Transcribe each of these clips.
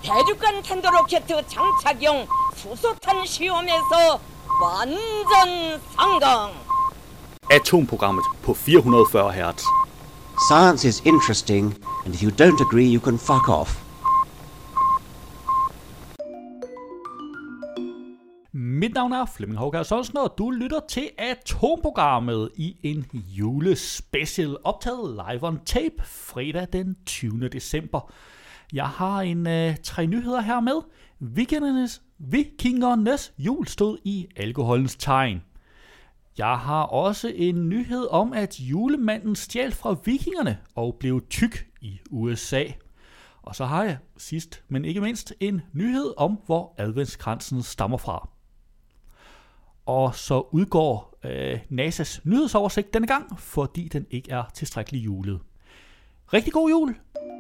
대륙간 탄도로켓 장착용 수소탄 시험에서 완전 성공. Atomprogrammet på 440 Hz. Science is interesting, and if you don't agree, you can fuck off. Mit navn er Flemming Håkær Sørensen, og du lytter til Atomprogrammet i en julespecial optaget live on tape fredag den 20. december. Jeg har 3 nyheder her med. Vikingernes jul stod i alkoholens tegn. Jeg har også en nyhed om, at julemanden stjal fra vikingerne og blev tyk i USA. Og så har jeg sidst, men ikke mindst, en nyhed om, hvor adventskransen stammer fra. Og så udgår NASA's nyhedsoversigt denne gang, fordi den ikke er tilstrækkelig julet. Rigtig god jul!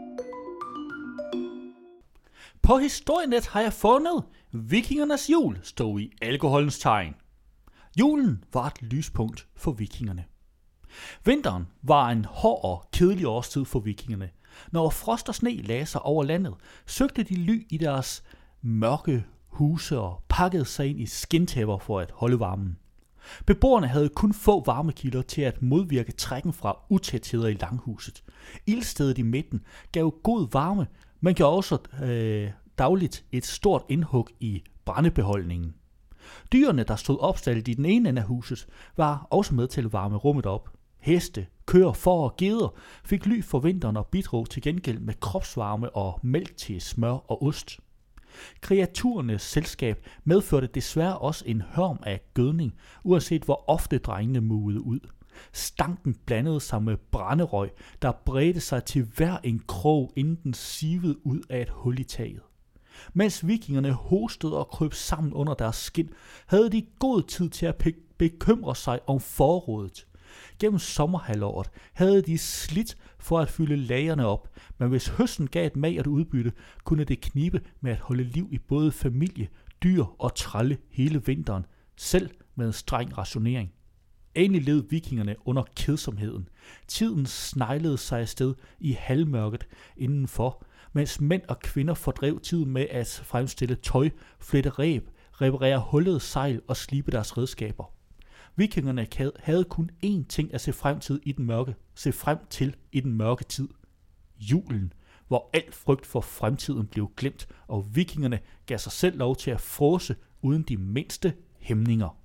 På Historienet har jeg fundet vikingernes jul stod i alkoholens tegn. Julen var et lyspunkt for vikingerne. Vinteren var en hård og kedelig årstid for vikingerne. Når frost og sne lagde sig over landet, søgte de ly i deres mørke huse og pakkede sig ind i skindtæpper for at holde varmen. Beboerne havde kun få varmekilder til at modvirke trækken fra utætheder i langhuset. Ildstedet i midten gav god varme, men gav også dagligt et stort indhug i brændebeholdningen. Dyrene, der stod opstallet i den ene ende af huset, var også med til at varme rummet op. Heste, køer, får og geder fik ly for vinteren og bidrog til gengæld med kropsvarme og mælk til smør og ost. Kreaturernes selskab medførte desværre også en hørm af gødning, uanset hvor ofte drengene movede ud. Stanken blandede sig med brænderøg, der bredte sig til hver en krog, inden den sivede ud af et hul i taget. Mens vikingerne hostede og krøb sammen under deres skind, havde de god tid til at bekymre sig om forrådet. Gennem sommerhalvåret havde de slidt for at fylde lagerne op, men hvis høsten gav et magert udbytte, kunne det knibe med at holde liv i både familie, dyr og trælle hele vinteren, selv med en streng rationering. Endelig led vikingerne under kedsomheden. Tiden sneglede sig afsted i halvmørket indenfor, mens mænd og kvinder fordrev tiden med at fremstille tøj, flette reb, reparere hullede sejl og slibe deres redskaber. Vikingerne havde kun én ting at se frem til i den mørke tid. Julen, hvor al frygt for fremtiden blev glemt, og vikingerne gav sig selv lov til at fråse uden de mindste hæmninger.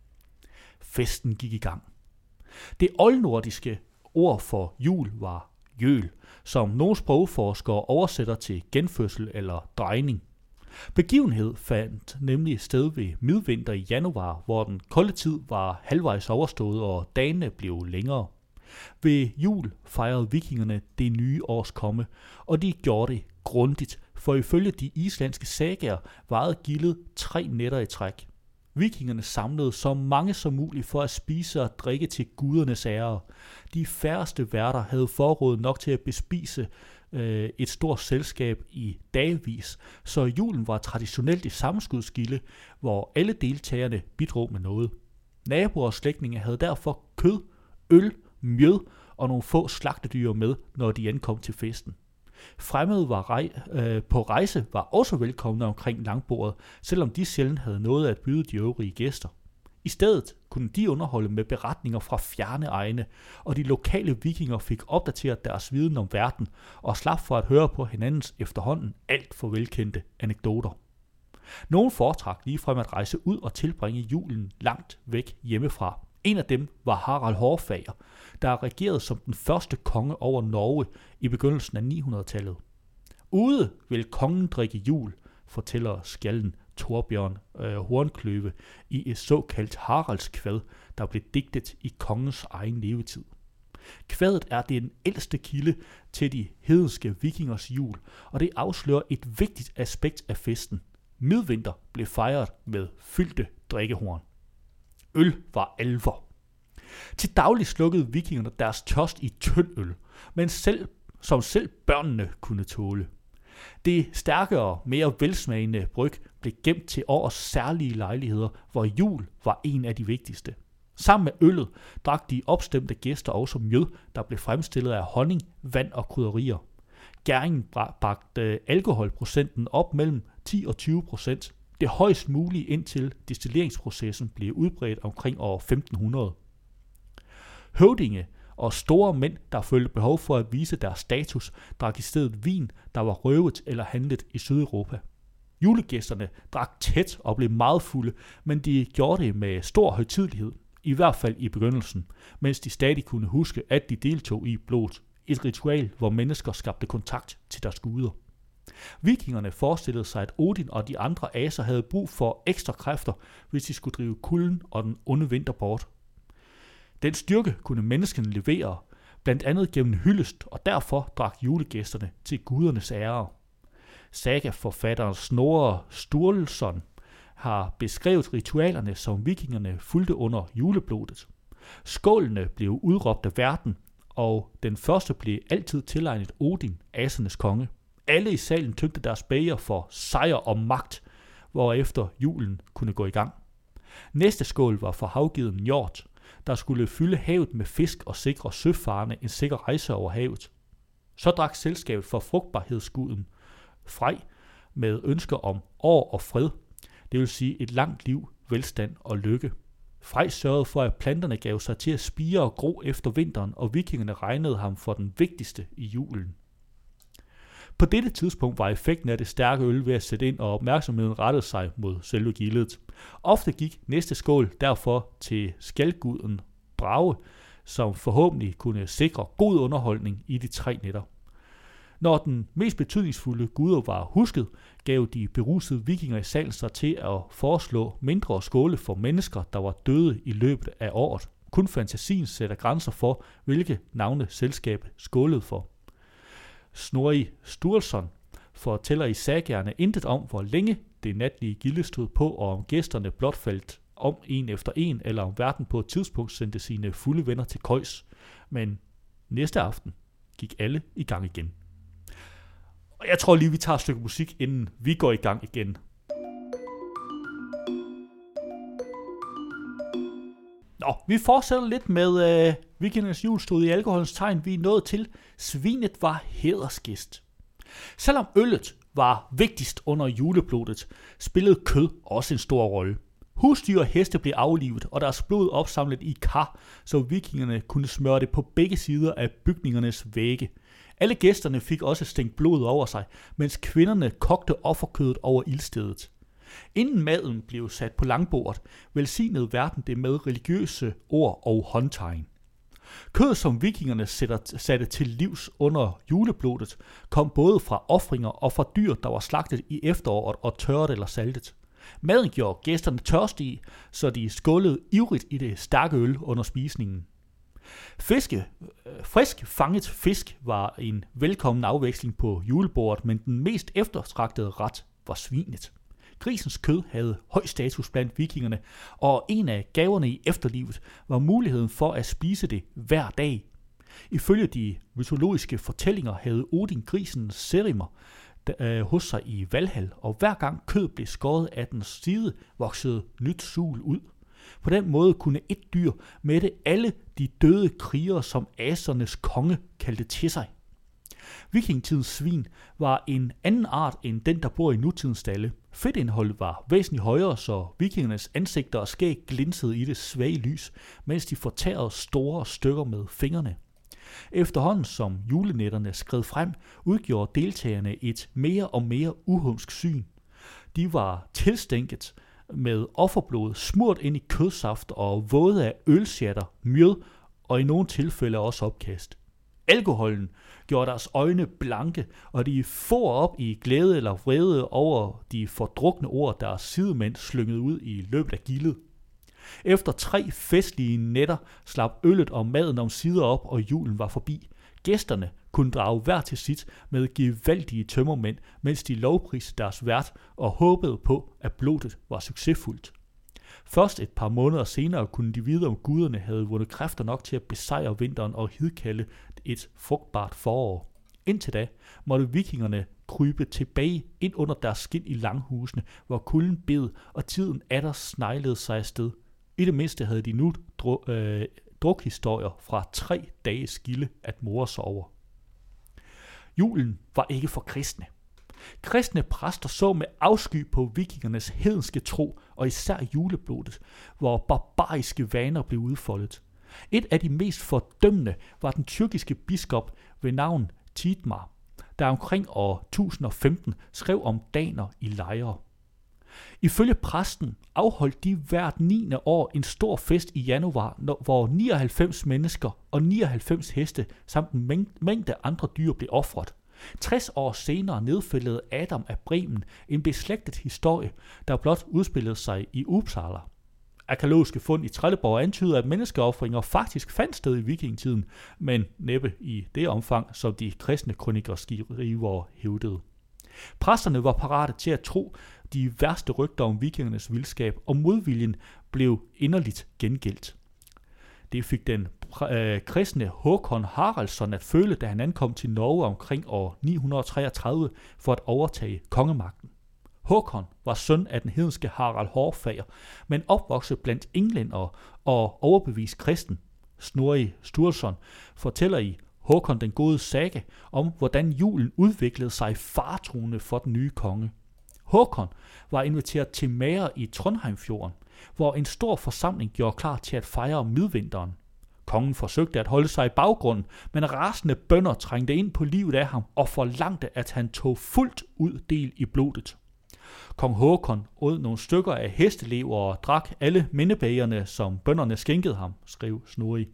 Festen gik i gang. Det oldnordiske ord for jul var jøl, som nogle sprogforskere oversætter til genfødsel eller drejning. Begivenhed fandt nemlig sted ved midvinter i januar, hvor den kolde tid var halvvejs overstået og dagene blev længere. Ved jul fejrede vikingerne det nye års komme, og de gjorde det grundigt, for ifølge de islandske sagaer varede gildet 3 nætter i træk. Vikingerne samlede så mange som muligt for at spise og drikke til gudernes ære. De færreste værter havde forråd nok til at bespise et stort selskab i dagvis, så julen var traditionelt et sammenskudskilde, hvor alle deltagerne bidrog med noget. Naboer og slægtninge havde derfor kød, øl, mjød og nogle få slagtedyr med, når de ankom til festen. Fremmede på rejse var også velkomne omkring langbordet, selvom de sjældent havde noget at byde de øvrige gæster. I stedet kunne de underholde med beretninger fra fjerne egne, og de lokale vikinger fik opdateret deres viden om verden og slap for at høre på hinandens efterhånden alt for velkendte anekdoter. Nogle foretrak ligefrem at rejse ud og tilbringe julen langt væk hjemmefra. En af dem var Harald Hårfager, der regerede som den første konge over Norge i begyndelsen af 900-tallet. Ude vil kongen drikke jul, fortæller skjalden Torbjørn Hornkløve i et såkaldt Haraldskvad, der blev digtet i kongens egen levetid. Kvadet er den ældste kilde til de hedenske vikingers jul, og det afslører et vigtigt aspekt af festen. Midvinter blev fejret med fyldte drikkehorn. Øl var alvor. Til daglig slukkede vikingerne deres tørst i tynd øl, men som selv børnene kunne tåle. Det stærkere, mere velsmagende bryg blev gemt til årets særlige lejligheder, hvor jul var en af de vigtigste. Sammen med øllet drak de opstemte gæster også mjød, der blev fremstillet af honning, vand og krydderier. gæringen bragte alkoholprocenten op mellem 10 og 20%. Det højst mulige indtil destilleringsprocessen blev udbredt omkring år 1500. Høvdinge og store mænd, der følte behov for at vise deres status, drak i stedet vin, der var røvet eller handlet i Sydeuropa. Julegæsterne drak tæt og blev meget fulde, men de gjorde det med stor højtidelighed, i hvert fald i begyndelsen, mens de stadig kunne huske, at de deltog i blodet, et ritual, hvor mennesker skabte kontakt til deres guder. Vikingerne forestillede sig, at Odin og de andre aser havde brug for ekstra kræfter, hvis de skulle drive kulden og den onde vinter bort. Den styrke kunne menneskene levere, blandt andet gennem hyldest, og derfor drak julegæsterne til gudernes ære. Saga-forfatteren Snorre Sturluson har beskrevet ritualerne, som vikingerne fulgte under juleblodet. Skålene blev udråbt af verden, og den første blev altid tilegnet Odin, asernes konge. Alle i salen tømte deres bæger for sejr og magt, hvorefter julen kunne gå i gang. Næste skål var for havgeden Njord, der skulle fylde havet med fisk og sikre søfarende en sikker rejse over havet. Så drak selskabet for frugtbarhedsguden Frej med ønsker om år og fred, det vil sige et langt liv, velstand og lykke. Frej sørgede for, at planterne gav sig til at spire og gro efter vinteren, og vikingerne regnede ham for den vigtigste i julen. På dette tidspunkt var effekten af det stærke øl ved at sætte ind, og opmærksomheden rettede sig mod selve gildet. Ofte gik næste skål derfor til skaldguden Brage, som forhåbentlig kunne sikre god underholdning i de 3 nætter. Når den mest betydningsfulde guder var husket, gav de berusede vikinger i salen sig til at foreslå mindre skåle for mennesker, der var døde i løbet af året. Kun fantasien sætter grænser for, hvilke navne selskabet skålede for. Snorri Sturluson fortæller i sagaerne intet om, hvor længe det natlige gilde stod på, og om gæsterne blot faldt om en efter en, eller om verden på et tidspunkt sendte sine fulde venner til køjs. Men næste aften gik alle i gang igen. Og jeg tror lige, vi tager et stykke musik, inden vi går i gang igen. Nå, vi fortsætter lidt med vikingernes jul stod i alkoholens tegn. Vi er nået til, svinet var hædersgæst. Selvom øllet var vigtigst under juleblodet, spillede kød også en stor rolle. Husdyr og heste blev aflivet, og deres blod opsamlet i kar, så vikingerne kunne smøre det på begge sider af bygningernes vægge. Alle gæsterne fik også stængt blodet over sig, mens kvinderne kogte offerkødet over ildstedet. Inden maden blev sat på langbordet, velsignede verden det med religiøse ord og håndtegn. Kød, som vikingerne satte til livs under juleblodet, kom både fra ofringer og fra dyr, der var slagtet i efteråret og tørret eller saltet. Maden gjorde gæsterne tørstige, så de skålede ivrigt i det stærke øl under spisningen. Frisk fanget fisk var en velkommen afveksling på julebordet, men den mest eftertragtede ret var svinet. Grisens kød havde høj status blandt vikingerne, og en af gaverne i efterlivet var muligheden for at spise det hver dag. Ifølge de mytologiske fortællinger havde Odin grisen Serimer hos sig i Valhall, og hver gang kød blev skåret af dens side, voksede nyt sul ud. På den måde kunne et dyr mætte alle de døde krigere, som asernes konge kaldte til sig. Vikingetidens svin var en anden art end den, der bor i nutidens stalde. Fedtindholdet var væsentligt højere, så vikingernes ansigter og skæg glinsede i det svage lys, mens de fortærede store stykker med fingrene. Efterhånden som julenætterne skred frem, udgjorde deltagerne et mere og mere uhumsk syn. De var tilstænket med offerblod smurt ind i kødsaft og våde af ølsjatter, mjød og i nogle tilfælde også opkast. Alkoholen gjorde deres øjne blanke, og de for op i glæde eller vrede over de fordrukne ord, deres sidemænd slyngede ud i løbet af gildet. Efter 3 festlige nætter slap øllet og maden om sider op, og julen var forbi. Gæsterne kunne drage hver til sit med gevaldige tømmermænd, mens de lovpriste deres vært og håbede på, at blodet var succesfuldt. Først et par måneder senere kunne de vide, om guderne havde vundet kræfter nok til at besejre vinteren og hidkalde et frugtbart forår. Indtil da måtte vikingerne krybe tilbage ind under deres skind i langhusene, hvor kulden bed og tiden atter sneglede sig afsted. I det mindste havde de nu drukhistorier fra 3 dages gilde at more sig over. Julen var ikke for kristne. Kristne præster så med afsky på vikingernes hedenske tro, og især juleblodet, hvor barbariske vaner blev udfoldet. Et af de mest fordømmende var den tyrkiske biskop ved navn Tidmar, der omkring år 1015 skrev om daner i lejre. Ifølge præsten afholdt de hvert 9. år en stor fest i januar, hvor 99 mennesker og 99 heste samt en mængde andre dyr blev ofret. 60 år senere nedfældede Adam af Bremen en beslægtet historie, der blot udspillede sig i Uppsala. Arkæologiske fund i Trelleborg antyder, at menneskeofringer faktisk fandt sted i vikingetiden, men næppe i det omfang, som de kristne kronikerskrivere hævdede. Præsterne var parate til at tro de værste rygter om vikingernes vildskab, og modviljen blev inderligt gengældt. Det fik den kristne Håkon Haraldsson at føle, da han ankom til Norge omkring år 933 for at overtage kongemagten. Håkon var søn af den hedenske Harald Hårfager, men opvokset blandt englændere og overbevist kristen. Snorri Sturluson fortæller i Håkon den gode saga om, hvordan julen udviklede sig faretruende for den nye konge. Håkon var inviteret til Mære i Trondheimfjorden, hvor en stor forsamling gjorde klar til at fejre midvinteren. Kongen forsøgte at holde sig i baggrunden, men rasende bønder trængte ind på livet af ham og forlangte, at han tog fuldt ud del i blodet. Kong Håkon åd nogle stykker af hestelever og drak alle mindebægerne, som bønderne skænkede ham, skrev Snorri.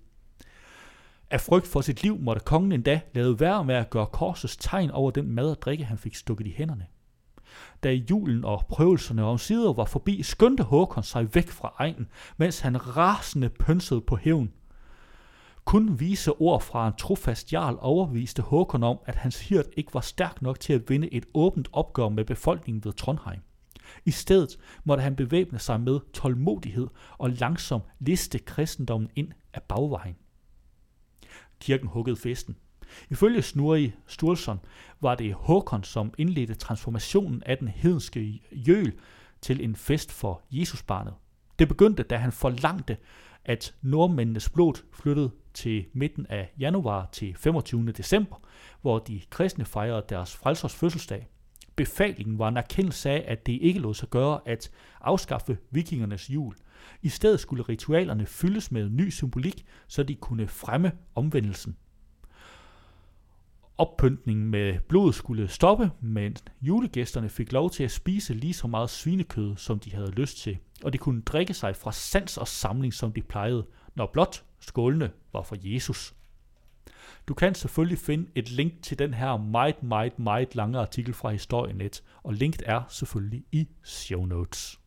Af frygt for sit liv måtte kongen endda lade være med at gøre korsets tegn over den mad og drikke, han fik stukket i hænderne. Da julen og prøvelserne omsider var forbi, skyndte Håkon sig væk fra egnen, mens han rasende pønsede på hævn. Kun vise ord fra en trofast jarl overviste Håkon om, at hans hird ikke var stærk nok til at vinde et åbent opgør med befolkningen ved Trondheim. I stedet måtte han bevæbne sig med tålmodighed og langsomt liste kristendommen ind af bagvejen. Kirken huggede festen. Ifølge Snorri Sturluson var det Håkon, som indledte transformationen af den hedenske jøl til en fest for Jesusbarnet. Det begyndte, da han forlangte, at nordmændenes blod flyttede til midten af januar til 25. december, hvor de kristne fejrede deres frelsers fødselsdag. Befalingen var en erkendelse af, at det ikke lod sig gøre at afskaffe vikingernes jul. I stedet skulle ritualerne fyldes med ny symbolik, så de kunne fremme omvendelsen. Oppyntningen med blod skulle stoppe, men julegæsterne fik lov til at spise lige så meget svinekød, som de havde lyst til, og de kunne drikke sig fra sans og samling, som de plejede, når blot skålene var for Jesus. Du kan selvfølgelig finde et link til den her meget lange artikel fra Historienet, og linket er selvfølgelig i show notes.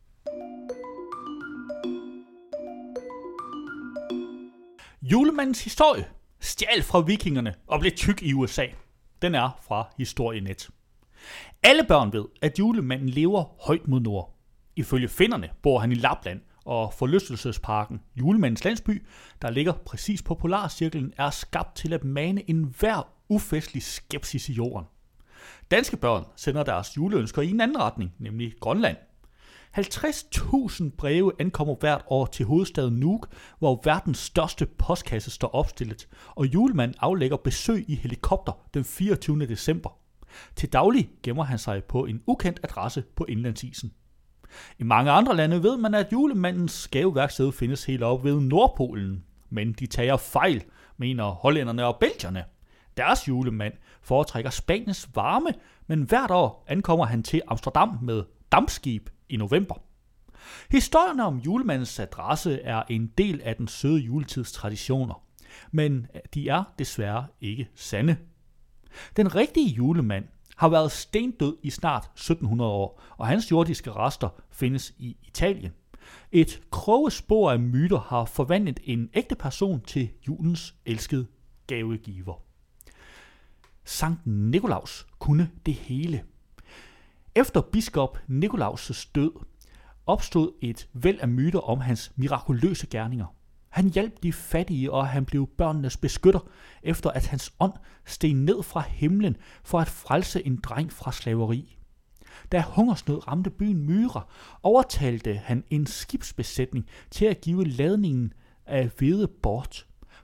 Julemandens historie stjal fra vikingerne og blev tyk i USA. Den er fra Historienet. Alle børn ved, at julemanden lever højt mod nord. Ifølge finnerne bor han i Lapland, og forlystelsesparken Julemandens Landsby, der ligger præcis på polarcirklen, er skabt til at mane enhver ufestlig skepsis i jorden. Danske børn sender deres juleønsker i en anden retning, nemlig Grønland. 50.000 breve ankommer hvert år til hovedstaden Nuuk, hvor verdens største postkasse står opstillet, og julemanden aflægger besøg i helikopter den 24. december. Til daglig gemmer han sig på en ukendt adresse på indlandsisen. I mange andre lande ved man, at julemandens gaveværksted findes helt oppe ved Nordpolen, men de tager fejl, mener hollænderne og belgierne. Deres julemand foretrækker Spaniens varme, men hvert år ankommer han til Amsterdam med dampskib i november. Historierne om julemandens adresse er en del af den søde juletids traditioner, men de er desværre ikke sande. Den rigtige julemand har været stendød i snart 1700 år, og hans jordiske rester findes i Italien. Et krogespor af myter har forvandlet en ægte person til julens elskede gavegiver. Sankt Nikolaus kunne det hele. Efter biskop Nikolaus' død opstod et væld af myter om hans mirakuløse gerninger. Han hjalp de fattige, og han blev børnenes beskytter, efter at hans ånd steg ned fra himlen for at frelse en dreng fra slaveri. Da hungersnød ramte byen Myra, overtalte han en skibsbesætning til at give ladningen af hvede bort.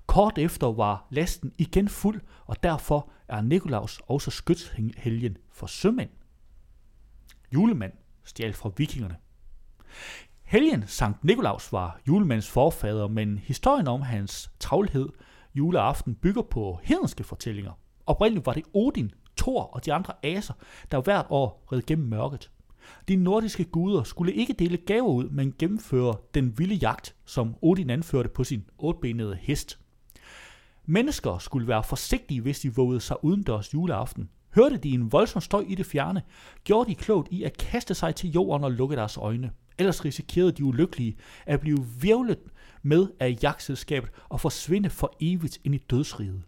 Kort efter var lasten igen fuld, og derfor er Nikolaus også skytshelgen for sømænd. Julemand stjal fra vikingerne. Helgen Sankt Nikolaus var julemands forfader, men historien om hans travlhed juleaften bygger på hedenske fortællinger. Oprindeligt var det Odin, Thor og de andre aser, der hvert år red gennem mørket. De nordiske guder skulle ikke dele gaver ud, men gennemføre den vilde jagt, som Odin anførte på sin 8-benede hest. Mennesker skulle være forsigtige, hvis de vågede sig udendørs juleaften. Hørte de en voldsom støj i det fjerne, gjorde de klogt i at kaste sig til jorden og lukke deres øjne. Ellers risikerede de ulykkelige at blive hvirvlet med af jagtselskabet og forsvinde for evigt ind i dødsriget.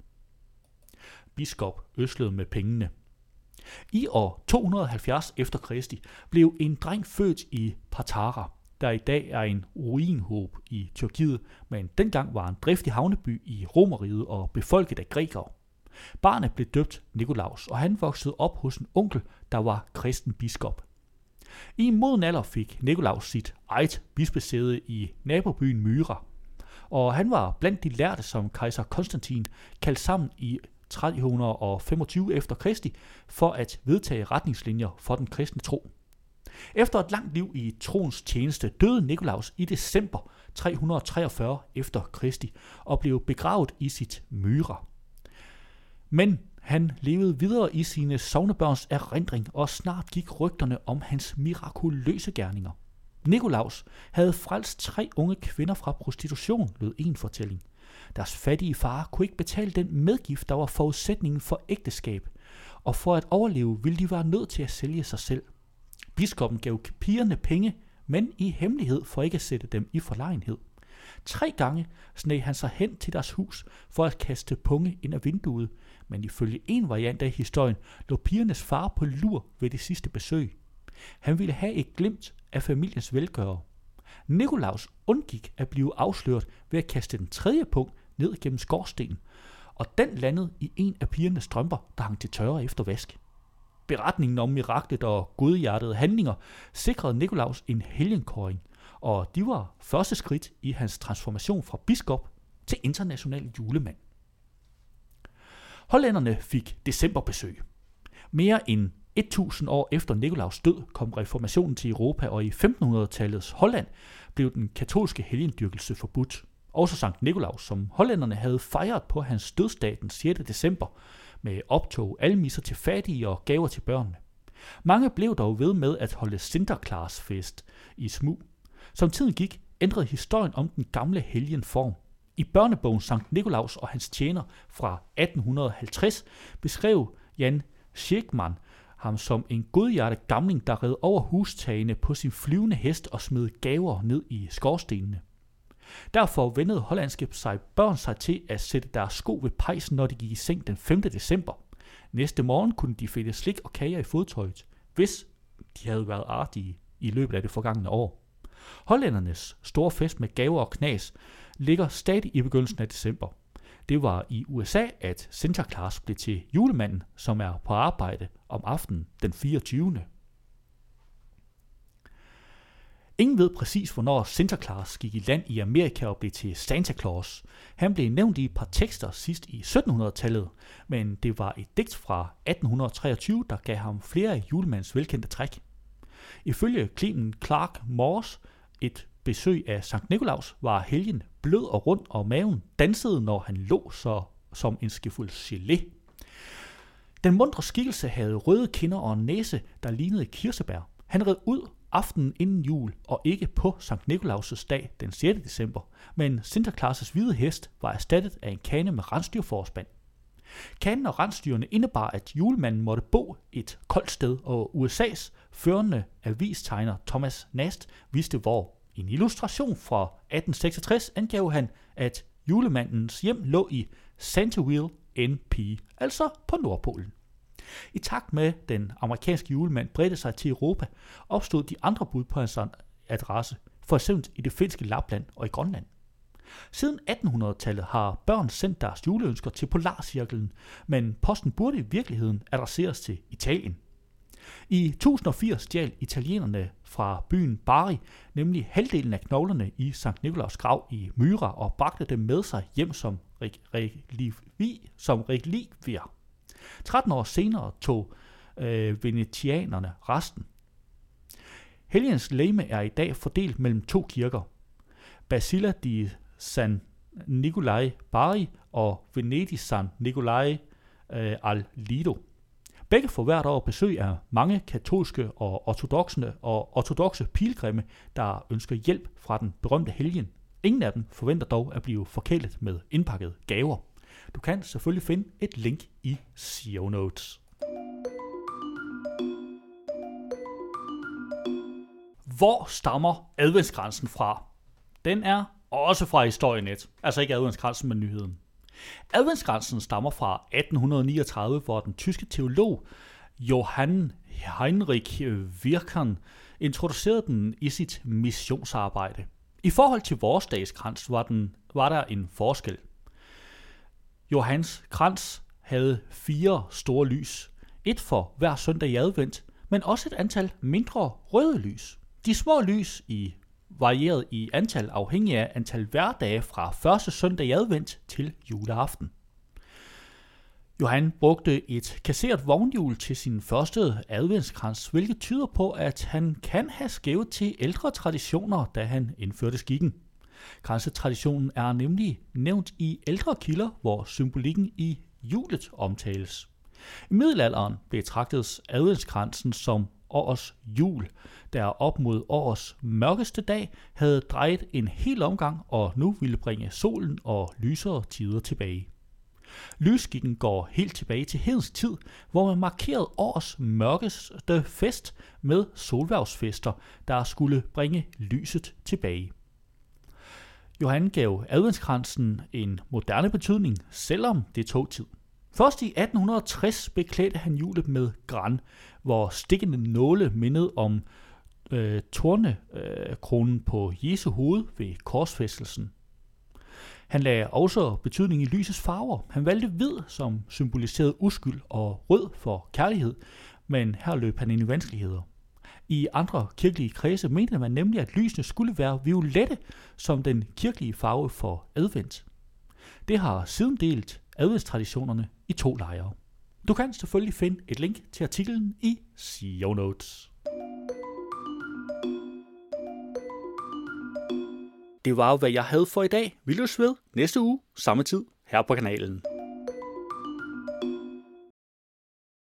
Biskop øslede med pengene. I år 270 efter Kristi blev en dreng født i Patara, der i dag er en ruinhob i Tyrkiet, men dengang var en driftig havneby i Romerriget og befolket af grækere. Barnet blev døbt Nikolaus, og han voksede op hos en onkel, der var kristen biskop. I en moden alder fik Nikolaus sit eget bispesæde i nabobyen Myra, og han var blandt de lærte, som kejser Konstantin kaldte sammen i 325 efter Kristi for at vedtage retningslinjer for den kristne tro. Efter et langt liv i troens tjeneste døde Nikolaus i december 343 efter Kristi og blev begravet i sit Myra. Men han levede videre i sine sognebørns erindring, og snart gik rygterne om hans mirakuløse gerninger. Nikolaus havde frelst 3 unge kvinder fra prostitution, lød en fortælling. Deres fattige far kunne ikke betale den medgift, der var forudsætningen for ægteskab, og for at overleve ville de være nødt til at sælge sig selv. Biskoppen gav pigerne penge, men i hemmelighed for ikke at sætte dem i forlegenhed. 3 gange sneg han sig hen til deres hus for at kaste punge ind af vinduet, men ifølge en variant af historien lå pigernes far på lur ved det sidste besøg. Han ville have et glimt af familiens velgører. Nikolaus undgik at blive afsløret ved at kaste den 3. punkt ned gennem skorstenen, og den landede i en af pigernes strømper, der hang til tørre efter vask. Beretningen om miraklet og godhjertede handlinger sikrede Nikolaus en helgenkåring, og de var første skridt i hans transformation fra biskop til international julemand. Hollænderne fik decemberbesøg. Mere end 1000 år efter Nikolaus død kom reformationen til Europa, og i 1500-tallets Holland blev den katolske helgendyrkelse forbudt. Også Sankt Nikolaus, som hollænderne havde fejret på hans dødsdag den 6. december, med optog, almisser til fattige og gaver til børnene. Mange blev dog ved med at holde Sinterklaasfest i smug. Som tiden gik, ændrede historien om den gamle helgen form. I børnebogen Sankt Nikolaus og hans tjener fra 1850 beskrev Jan Schekman ham som en godhjertet gamling, der red over hustagene på sin flyvende hest og smed gaver ned i skorstenene. Derfor vendede hollandske børn sig til at sætte deres sko ved pejsen, når de gik i seng den 5. december. Næste morgen kunne de finde slik og kager i fodtøjet, hvis de havde været artige i løbet af det forgangne år. Hollændernes store fest med gaver og knas ligger stadig i begyndelsen af december. Det var i USA, at Sinterklaas blev til julemanden, som er på arbejde om aftenen den 24. Ingen ved præcis, hvornår Sinterklaas gik i land i Amerika og blev til Santa Claus. Han blev nævnt i et par tekster sidst i 1700-tallet, men det var et digt fra 1823, der gav ham flere af julemands velkendte træk. Ifølge Clement Clark Morse, et besøg af Sankt Nikolaus, var helgen blød og rund, og maven dansede, når han lå som en skefuld gelé. Den muntre skikkelse havde røde kinder og en næse, der lignede kirsebær. Han red ud aftenen inden jul, og ikke på Sankt Nikolaus' dag den 6. december, men Sinterklaas' hvide hest var erstattet af en kane med rensdyrforspand. Kanen og rensdyrene indebar, at julemanden måtte bo et koldt sted, og USA's førende avistegner Thomas Nast vidste hvor. I en illustration fra 1866 angav han, at julemandens hjem lå i Centerville, NP, altså på Nordpolen. I takt med den amerikanske julemand bredte sig til Europa, opstod de andre bud på hans adresse, for eksempel i det finske Lapland og i Grønland. Siden 1800-tallet har børn sendt deres juleønsker til Polarcirklen, men posten burde i virkeligheden adresseres til Italien. I 1080 stjal italienerne fra byen Bari nemlig halvdelen af knoglerne i Sankt Nikolaus grav i Myra og bragte dem med sig hjem som relikvier. 13 år senere tog venetianerne resten. Helgens legeme er i dag fordelt mellem 2 kirker, Basilica di San Nicolai Bari og Venedig San Nicolai al Lido. Begge får hvert år besøg af mange katolske og ortodokse pilgrimme, der ønsker hjælp fra den berømte helgen. Ingen af dem forventer dog at blive forkælet med indpakkede gaver. Du kan selvfølgelig finde et link i show notes. Hvor stammer adventskransen fra? Den er også fra Historienet, altså ikke adventskransen, men nyheden. Adventskransen stammer fra 1839, hvor den tyske teolog Johann Heinrich Virkern introducerede den i sit missionsarbejde. I forhold til vores dags krans var der en forskel. Johanns krans havde 4 store lys, et for hver søndag i advent, men også et antal mindre røde lys. De små lys varierede i antal afhængig af antal hverdage fra første søndag i advent til juleaften. Johan brugte et kasseret vognhjul til sin første adventskrans, hvilket tyder på, at han kan have skævet til ældre traditioner, da han indførte skikken. Kransetraditionen er nemlig nævnt i ældre kilder, hvor symbolikken i hjulet omtales. I middelalderen betragtedes adventskransen som årets jul, der op mod årets mørkeste dag havde drejet en hel omgang og nu ville bringe solen og lysere tider tilbage. Lysskikken går helt tilbage til hedens tid, hvor man markerede årets mørkeste fest med solværvsfester, der skulle bringe lyset tilbage. Johan gav adventskransen en moderne betydning, selvom det tog tid. Først i 1860 beklædte han hjulet med gran, hvor stikkende nåle mindede om tornekronen på Jesu hoved ved korsfæstelsen. Han lagde også betydning i lysets farver. Han valgte hvid, som symboliserede uskyld, og rød for kærlighed, men her løb han ind i vanskeligheder. I andre kirkelige kredse mente man nemlig, at lysene skulle være violette, som den kirkelige farve for advent. Det har siden delt adventstraditionerne i 2 lejre. Du kan selvfølgelig finde et link til artiklen i show notes. Det var, hvad jeg havde for i dag. Vi løs ved næste uge, samme tid, her på kanalen.